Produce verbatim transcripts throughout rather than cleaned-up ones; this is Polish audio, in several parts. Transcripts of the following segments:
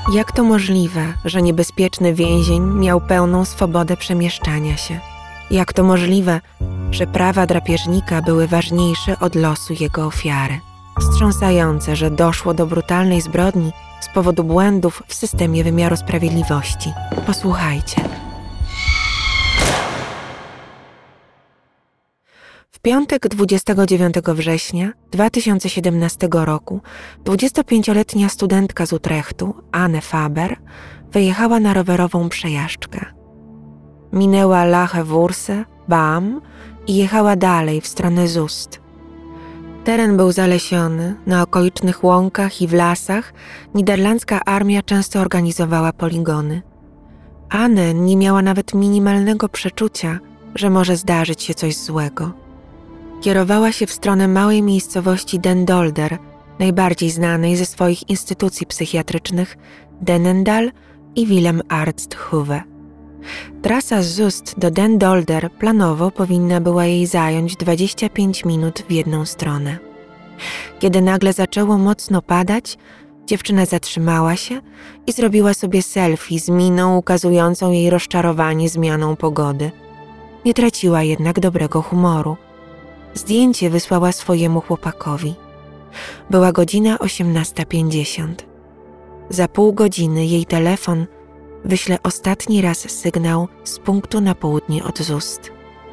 Jak to możliwe, że niebezpieczny więzień miał pełną swobodę przemieszczania się? Jak to możliwe, że prawa drapieżnika były ważniejsze od losu jego ofiary? Wstrząsające, że doszło do brutalnej zbrodni z powodu błędów w systemie wymiaru sprawiedliwości. Posłuchajcie. W piątek dwudziestego dziewiątego września dwa tysiące siedemnastego roku dwudziestopięcioletnia studentka z Utrechtu, Anne Faber, wyjechała na rowerową przejażdżkę. Minęła Lage Vuursche, Baam i jechała dalej w stronę Zust. Teren był zalesiony, na okolicznych łąkach i w lasach niderlandzka armia często organizowała poligony. Anne nie miała nawet minimalnego przeczucia, że może zdarzyć się coś złego. Kierowała się w stronę małej miejscowości Den Dolder, najbardziej znanej ze swoich instytucji psychiatrycznych Denendal i Willem Arzt Hoeve. Trasa z Zust do Den Dolder planowo powinna była jej zająć dwadzieścia pięć minut w jedną stronę. Kiedy nagle zaczęło mocno padać, dziewczyna zatrzymała się i zrobiła sobie selfie z miną ukazującą jej rozczarowanie zmianą pogody. Nie traciła jednak dobrego humoru. Zdjęcie wysłała swojemu chłopakowi. Była godzina osiemnasta pięćdziesiąt. Za pół godziny jej telefon wyśle ostatni raz sygnał z punktu na południe od Zust.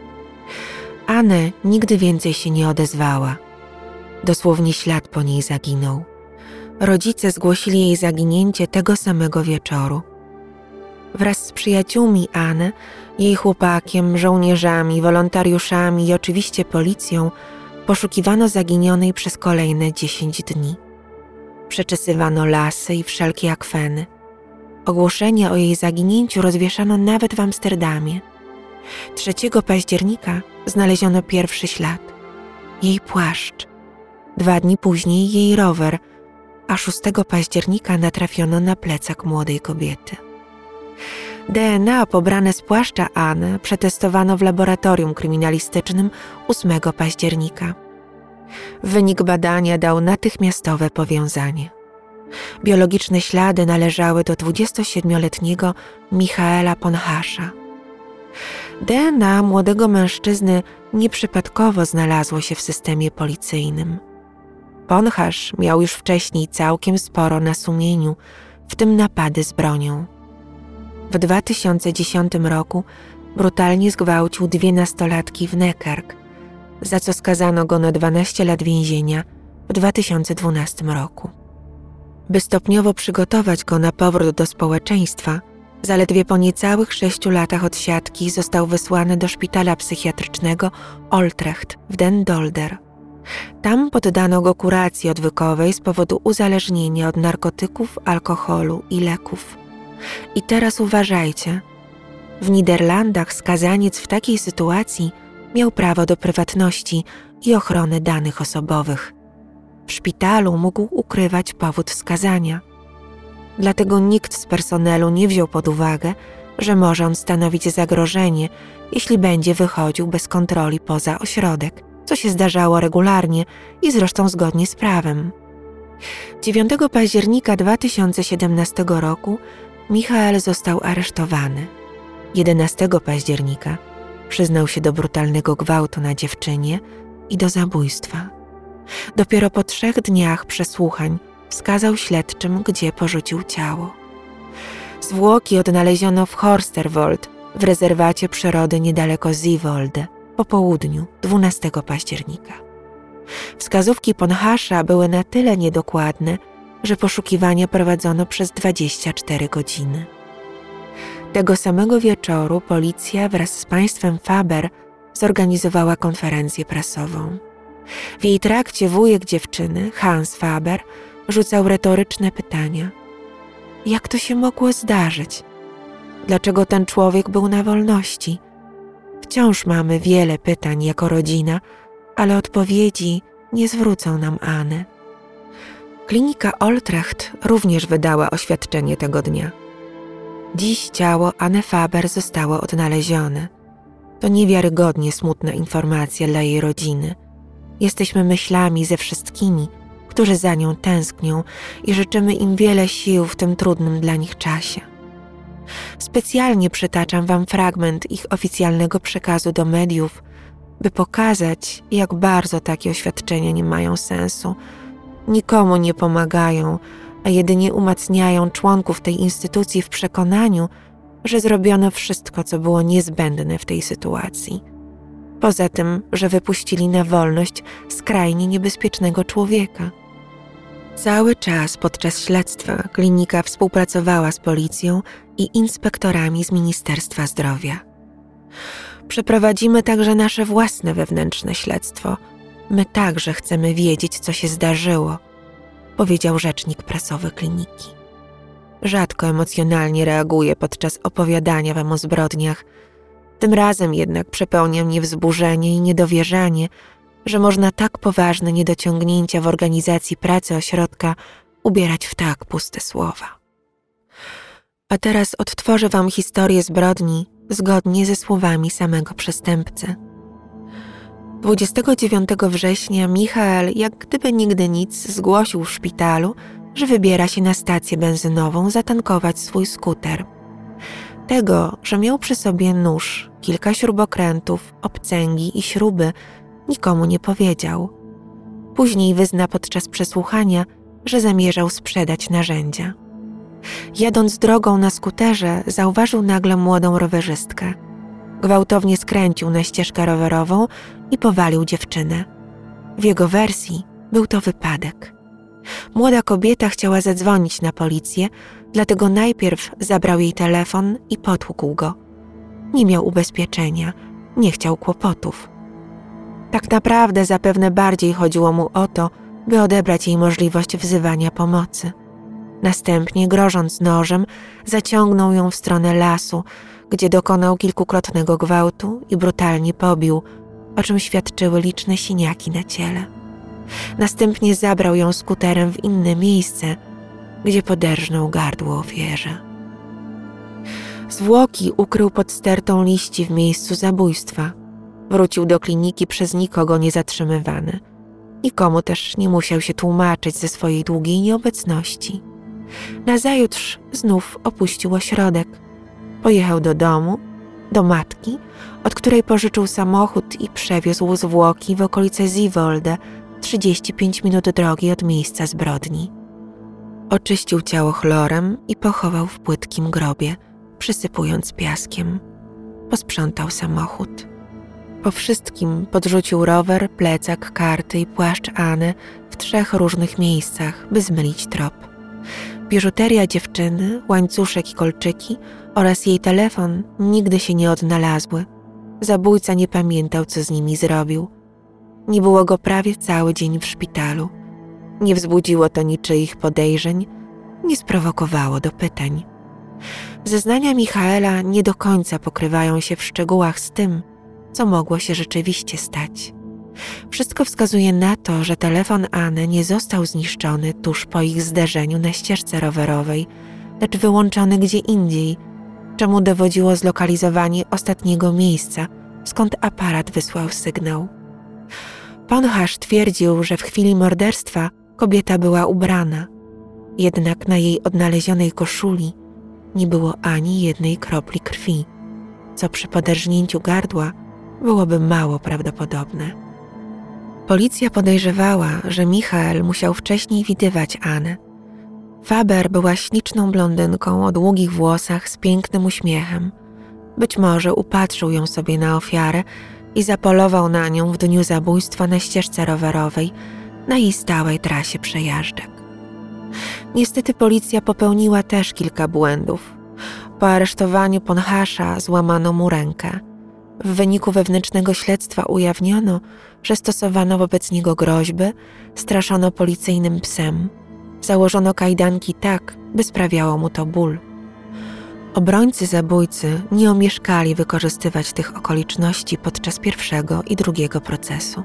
Anne nigdy więcej się nie odezwała. Dosłownie ślad po niej zaginął. Rodzice zgłosili jej zaginięcie tego samego wieczoru. Wraz z przyjaciółmi Anne, jej chłopakiem, żołnierzami, wolontariuszami i oczywiście policją poszukiwano zaginionej przez kolejne dziesięć dni. Przeczesywano lasy i wszelkie akweny. Ogłoszenie o jej zaginięciu rozwieszano nawet w Amsterdamie. trzeciego października znaleziono pierwszy ślad. Jej płaszcz. Dwa dni później jej rower, a szóstego października natrafiono na plecak młodej kobiety. D N A pobrane z płaszcza Anne przetestowano w laboratorium kryminalistycznym ósmego października. Wynik badania dał natychmiastowe powiązanie. Biologiczne ślady należały do dwudziestosiedmioletniego Michaela Ponchasza. D N A młodego mężczyzny nieprzypadkowo znalazło się w systemie policyjnym. Ponchasz miał już wcześniej całkiem sporo na sumieniu, w tym napady z bronią. W dwa tysiące dziesiątym roku brutalnie zgwałcił dwie nastolatki w Nekerk, za co skazano go na dwanaście lat więzienia w dwa tysiące dwunastym roku. By stopniowo przygotować go na powrót do społeczeństwa, zaledwie po niecałych sześciu latach odsiadki został wysłany do szpitala psychiatrycznego Utrecht w Den Dolder. Tam poddano go kuracji odwykowej z powodu uzależnienia od narkotyków, alkoholu i leków. I teraz uważajcie. W Niderlandach skazaniec w takiej sytuacji miał prawo do prywatności i ochrony danych osobowych. W szpitalu mógł ukrywać powód skazania. Dlatego nikt z personelu nie wziął pod uwagę, że może on stanowić zagrożenie, jeśli będzie wychodził bez kontroli poza ośrodek, co się zdarzało regularnie i zresztą zgodnie z prawem. dziewiątego października dwa tysiące siedemnastego roku Michael został aresztowany. jedenastego października przyznał się do brutalnego gwałtu na dziewczynie i do zabójstwa. Dopiero po trzech dniach przesłuchań wskazał śledczym, gdzie porzucił ciało. Zwłoki odnaleziono w Horsterwold, w rezerwacie przyrody niedaleko Zeewolde, po południu dwunastego października. Wskazówki Ponchasza były na tyle niedokładne, że poszukiwania prowadzono przez dwadzieścia cztery godziny. Tego samego wieczoru policja wraz z państwem Faber zorganizowała konferencję prasową. W jej trakcie wujek dziewczyny, Hans Faber, rzucał retoryczne pytania. Jak to się mogło zdarzyć? Dlaczego ten człowiek był na wolności? Wciąż mamy wiele pytań jako rodzina, ale odpowiedzi nie zwrócą nam Anne. Klinika Utrecht również wydała oświadczenie tego dnia. Dziś ciało Anne Faber zostało odnalezione. To niewiarygodnie smutna informacja dla jej rodziny. Jesteśmy myślami ze wszystkimi, którzy za nią tęsknią i życzymy im wiele sił w tym trudnym dla nich czasie. Specjalnie przytaczam wam fragment ich oficjalnego przekazu do mediów, by pokazać, jak bardzo takie oświadczenia nie mają sensu, nikomu nie pomagają, a jedynie umacniają członków tej instytucji w przekonaniu, że zrobiono wszystko, co było niezbędne w tej sytuacji. Poza tym, że wypuścili na wolność skrajnie niebezpiecznego człowieka. Cały czas podczas śledztwa klinika współpracowała z policją i inspektorami z Ministerstwa Zdrowia. Przeprowadzimy także nasze własne wewnętrzne śledztwo. My także chcemy wiedzieć, co się zdarzyło, powiedział rzecznik prasowy kliniki. Rzadko emocjonalnie reaguje podczas opowiadania wam o zbrodniach. Tym razem jednak przepełnia mnie wzburzenie i niedowierzanie, że można tak poważne niedociągnięcia w organizacji pracy ośrodka ubierać w tak puste słowa. A teraz odtworzę wam historię zbrodni zgodnie ze słowami samego przestępcy. dwudziestego dziewiątego września Michael, jak gdyby nigdy nic, zgłosił w szpitalu, że wybiera się na stację benzynową zatankować swój skuter. Tego, że miał przy sobie nóż, kilka śrubokrętów, obcęgi i śruby, nikomu nie powiedział. Później wyzna podczas przesłuchania, że zamierzał sprzedać narzędzia. Jadąc drogą na skuterze, zauważył nagle młodą rowerzystkę. Gwałtownie skręcił na ścieżkę rowerową i powalił dziewczynę. W jego wersji był to wypadek. Młoda kobieta chciała zadzwonić na policję, dlatego najpierw zabrał jej telefon i potłukł go. Nie miał ubezpieczenia, nie chciał kłopotów. Tak naprawdę zapewne bardziej chodziło mu o to, by odebrać jej możliwość wzywania pomocy. Następnie, grożąc nożem, zaciągnął ją w stronę lasu, gdzie dokonał kilkukrotnego gwałtu i brutalnie pobił, o czym świadczyły liczne siniaki na ciele. Następnie zabrał ją skuterem w inne miejsce, gdzie poderżnął gardło ofierze. Zwłoki ukrył pod stertą liści w miejscu zabójstwa. Wrócił do kliniki przez nikogo nie zatrzymywany. Nikomu też nie musiał się tłumaczyć ze swojej długiej nieobecności. Nazajutrz znów opuścił ośrodek. Pojechał do domu, do matki, od której pożyczył samochód i przewiózł zwłoki w okolice Zeewolde, trzydzieści pięć minut drogi od miejsca zbrodni. Oczyścił ciało chlorem i pochował w płytkim grobie, przysypując piaskiem. Posprzątał samochód. Po wszystkim podrzucił rower, plecak, karty i płaszcz Anny w trzech różnych miejscach, by zmylić trop. Biżuteria dziewczyny, łańcuszek i kolczyki oraz jej telefon nigdy się nie odnalazły. Zabójca nie pamiętał, co z nimi zrobił. Nie było go prawie cały dzień w szpitalu. Nie wzbudziło to niczyich podejrzeń, nie sprowokowało do pytań. Zeznania Michaela nie do końca pokrywają się w szczegółach z tym, co mogło się rzeczywiście stać. Wszystko wskazuje na to, że telefon Anny nie został zniszczony tuż po ich zdarzeniu na ścieżce rowerowej, lecz wyłączony gdzie indziej, czemu dowodziło zlokalizowanie ostatniego miejsca, skąd aparat wysłał sygnał. Ponchasz twierdził, że w chwili morderstwa kobieta była ubrana, jednak na jej odnalezionej koszuli nie było ani jednej kropli krwi, co przy poderżnięciu gardła byłoby mało prawdopodobne. Policja podejrzewała, że Michael musiał wcześniej widywać Annę. Faber była śliczną blondynką o długich włosach z pięknym uśmiechem. Być może upatrzył ją sobie na ofiarę i zapolował na nią w dniu zabójstwa na ścieżce rowerowej, na jej stałej trasie przejażdżek. Niestety policja popełniła też kilka błędów. Po aresztowaniu Ponchasza złamano mu rękę. W wyniku wewnętrznego śledztwa ujawniono, że stosowano wobec niego groźby, straszono policyjnym psem, założono kajdanki tak, by sprawiało mu to ból. Obrońcy zabójcy nie omieszkali wykorzystywać tych okoliczności podczas pierwszego i drugiego procesu.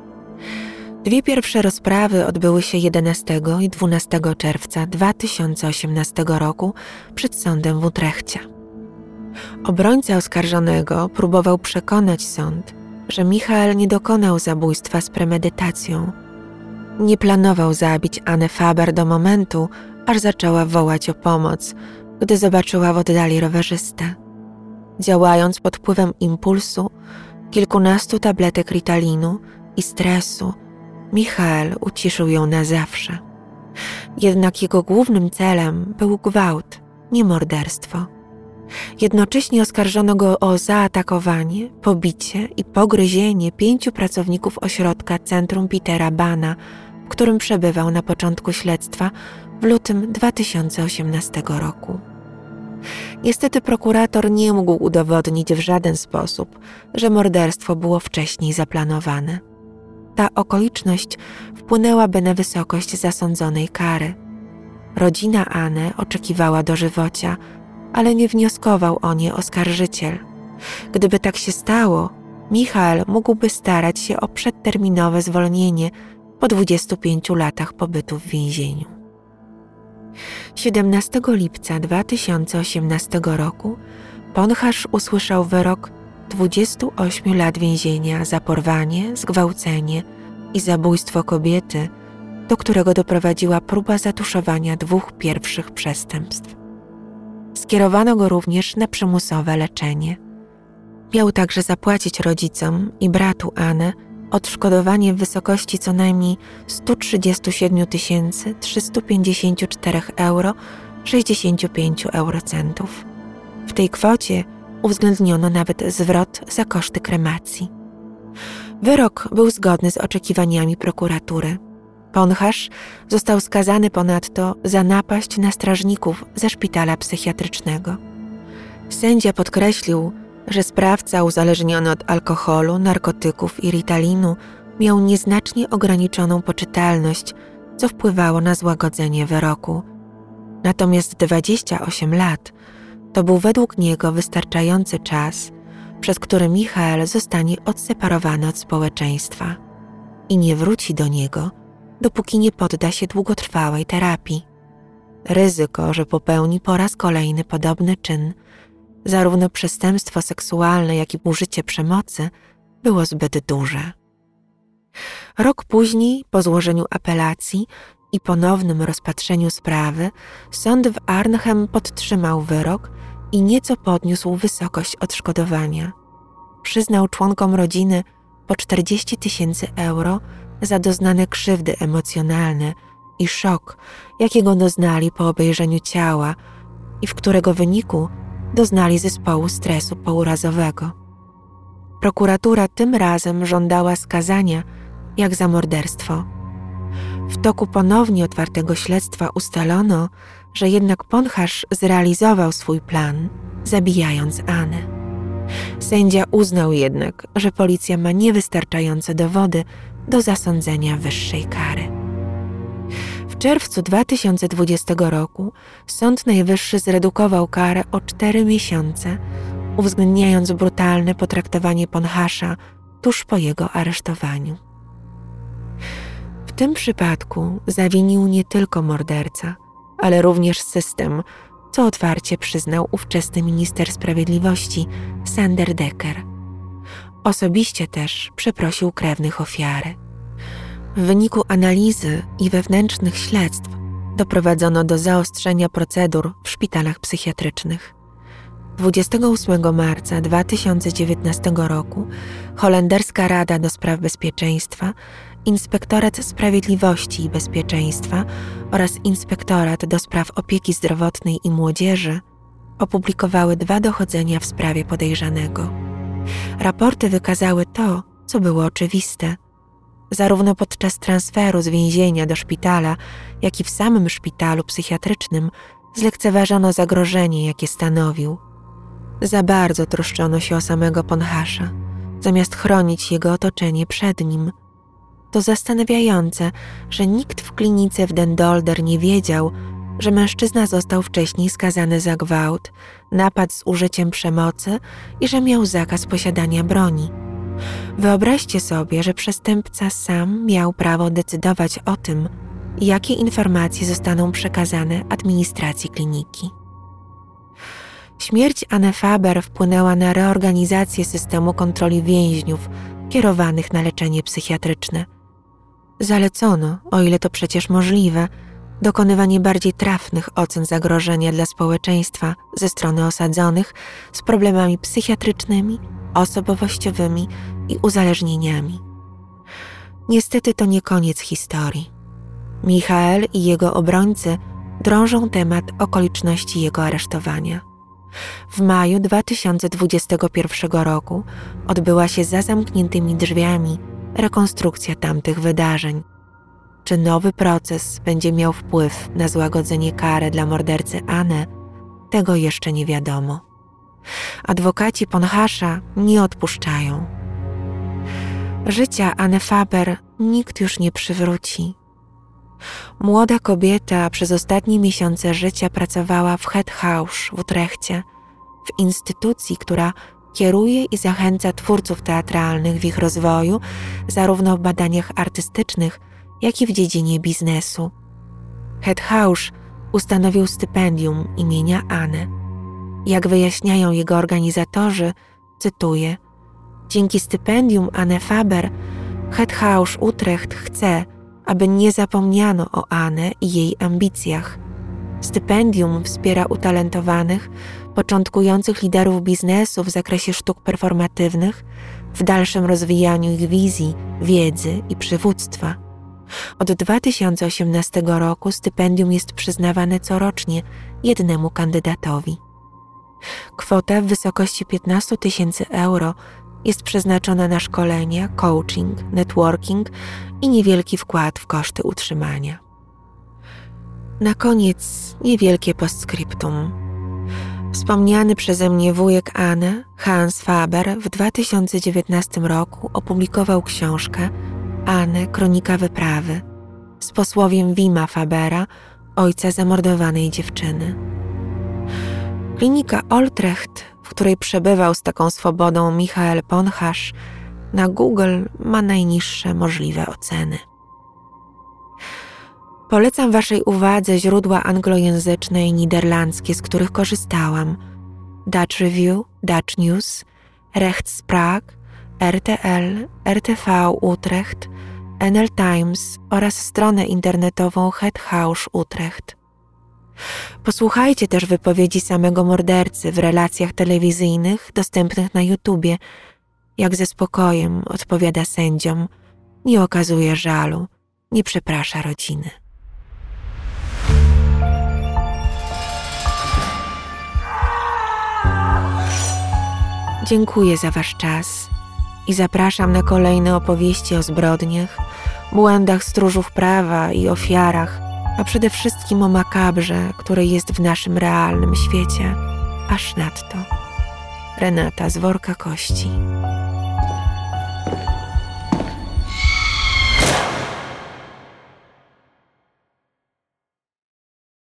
Dwie pierwsze rozprawy odbyły się jedenastego i dwunastego czerwca dwa tysiące osiemnastego roku przed sądem w Utrechcie. Obrońca oskarżonego próbował przekonać sąd, że Michael nie dokonał zabójstwa z premedytacją. Nie planował zabić Anny Faber do momentu, aż zaczęła wołać o pomoc, gdy zobaczyła w oddali rowerzystę. Działając pod wpływem impulsu, kilkunastu tabletek Ritalinu i stresu, Michael uciszył ją na zawsze. Jednak jego głównym celem był gwałt, nie morderstwo. Jednocześnie oskarżono go o zaatakowanie, pobicie i pogryzienie pięciu pracowników ośrodka Centrum Petera Bana, w którym przebywał na początku śledztwa w lutym dwa tysiące osiemnastego roku. Niestety prokurator nie mógł udowodnić w żaden sposób, że morderstwo było wcześniej zaplanowane. Ta okoliczność wpłynęłaby na wysokość zasądzonej kary. Rodzina Anny oczekiwała dożywocia, ale nie wnioskował o nie oskarżyciel. Gdyby tak się stało, Michael mógłby starać się o przedterminowe zwolnienie po dwudziestu pięciu latach pobytu w więzieniu. siedemnastego lipca dwa tysiące osiemnastego roku Ponchasz usłyszał wyrok dwudziestu ośmiu lat więzienia za porwanie, zgwałcenie i zabójstwo kobiety, do którego doprowadziła próba zatuszowania dwóch pierwszych przestępstw. Skierowano go również na przymusowe leczenie. Miał także zapłacić rodzicom i bratu Anny odszkodowanie w wysokości co najmniej sto trzydzieści siedem tysięcy trzysta pięćdziesiąt cztery euro sześćdziesiąt pięć eurocentów. W tej kwocie uwzględniono nawet zwrot za koszty kremacji. Wyrok był zgodny z oczekiwaniami prokuratury. Ponchasz został skazany ponadto za napaść na strażników ze szpitala psychiatrycznego. Sędzia podkreślił, że sprawca uzależniony od alkoholu, narkotyków i Ritalinu miał nieznacznie ograniczoną poczytalność, co wpływało na złagodzenie wyroku. Natomiast dwadzieścia osiem lat to był według niego wystarczający czas, przez który Michael zostanie odseparowany od społeczeństwa i nie wróci do niego, dopóki nie podda się długotrwałej terapii. Ryzyko, że popełni po raz kolejny podobny czyn, zarówno przestępstwo seksualne, jak i użycie przemocy, było zbyt duże. Rok później, po złożeniu apelacji i ponownym rozpatrzeniu sprawy, sąd w Arnhem podtrzymał wyrok i nieco podniósł wysokość odszkodowania. Przyznał członkom rodziny po czterdzieści tysięcy euro za doznane krzywdy emocjonalne i szok, jakiego doznali po obejrzeniu ciała i w którego wyniku doznali zespołu stresu pourazowego. Prokuratura tym razem żądała skazania jak za morderstwo. W toku ponownie otwartego śledztwa ustalono, że jednak Ponchasz zrealizował swój plan, zabijając Annę. Sędzia uznał jednak, że policja ma niewystarczające dowody do zasądzenia wyższej kary. W czerwcu dwa tysiące dwudziestego roku Sąd Najwyższy zredukował karę o cztery miesiące, uwzględniając brutalne potraktowanie Ponchasza tuż po jego aresztowaniu. W tym przypadku zawinił nie tylko morderca, ale również system, co otwarcie przyznał ówczesny minister sprawiedliwości Sander Decker. Osobiście też przeprosił krewnych ofiary. W wyniku analizy i wewnętrznych śledztw doprowadzono do zaostrzenia procedur w szpitalach psychiatrycznych. dwudziestego ósmego marca dwa tysiące dziewiętnastego roku Holenderska Rada do Spraw Bezpieczeństwa, Inspektorat Sprawiedliwości i Bezpieczeństwa oraz Inspektorat do Spraw Opieki Zdrowotnej i Młodzieży opublikowały dwa dochodzenia w sprawie podejrzanego. Raporty wykazały to, co było oczywiste. Zarówno podczas transferu z więzienia do szpitala, jak i w samym szpitalu psychiatrycznym zlekceważono zagrożenie, jakie stanowił. Za bardzo troszczono się o samego Ponchasza, zamiast chronić jego otoczenie przed nim. To zastanawiające, że nikt w klinice w Den Dolder nie wiedział, że mężczyzna został wcześniej skazany za gwałt, napad z użyciem przemocy i że miał zakaz posiadania broni. Wyobraźcie sobie, że przestępca sam miał prawo decydować o tym, jakie informacje zostaną przekazane administracji kliniki. Śmierć Anny Faber wpłynęła na reorganizację systemu kontroli więźniów kierowanych na leczenie psychiatryczne. Zalecono, o ile to przecież możliwe, dokonywanie bardziej trafnych ocen zagrożenia dla społeczeństwa ze strony osadzonych z problemami psychiatrycznymi, osobowościowymi i uzależnieniami. Niestety to nie koniec historii. Michael i jego obrońcy drążą temat okoliczności jego aresztowania. W maju dwa tysiące dwudziestego pierwszego roku odbyła się za zamkniętymi drzwiami rekonstrukcja tamtych wydarzeń. Czy nowy proces będzie miał wpływ na złagodzenie kary dla mordercy Anne, tego jeszcze nie wiadomo. Adwokaci Ponchasza nie odpuszczają. Życia Anne Faber nikt już nie przywróci. Młoda kobieta przez ostatnie miesiące życia pracowała w Het Huis w Utrechcie, w instytucji, która kieruje i zachęca twórców teatralnych w ich rozwoju, zarówno w badaniach artystycznych, jak i w dziedzinie biznesu. Het Huis ustanowił stypendium imienia Anne. Jak wyjaśniają jego organizatorzy, cytuję: dzięki stypendium Anne Faber Het Huis Utrecht chce, aby nie zapomniano o Anne i jej ambicjach. Stypendium wspiera utalentowanych, początkujących liderów biznesu w zakresie sztuk performatywnych w dalszym rozwijaniu ich wizji, wiedzy i przywództwa. Od dwa tysiące osiemnastego roku stypendium jest przyznawane corocznie jednemu kandydatowi. Kwota w wysokości piętnaście tysięcy euro jest przeznaczona na szkolenia, coaching, networking i niewielki wkład w koszty utrzymania. Na koniec niewielkie postscriptum. Wspomniany przeze mnie wujek Anne, Hans Faber, w dwa tysiące dziewiętnastym roku opublikował książkę Anne, kronika wyprawy z posłowiem Wima Fabera, ojca zamordowanej dziewczyny. Klinika Utrecht, w której przebywał z taką swobodą Michael Ponchasz, na Google ma najniższe możliwe oceny. Polecam waszej uwadze źródła anglojęzyczne i niderlandzkie, z których korzystałam: Dutch Review, Dutch News, Rechtspraak, R T L, R T V Utrecht, N L Times oraz stronę internetową Het Huis Utrecht. Posłuchajcie też wypowiedzi samego mordercy w relacjach telewizyjnych dostępnych na YouTubie. Jak ze spokojem odpowiada sędziom, nie okazuje żalu, nie przeprasza rodziny. Dziękuję za wasz czas i zapraszam na kolejne opowieści o zbrodniach, błędach stróżów prawa i ofiarach, a przede wszystkim o makabrze, który jest w naszym realnym świecie, aż nadto. Renata z Worka Kości.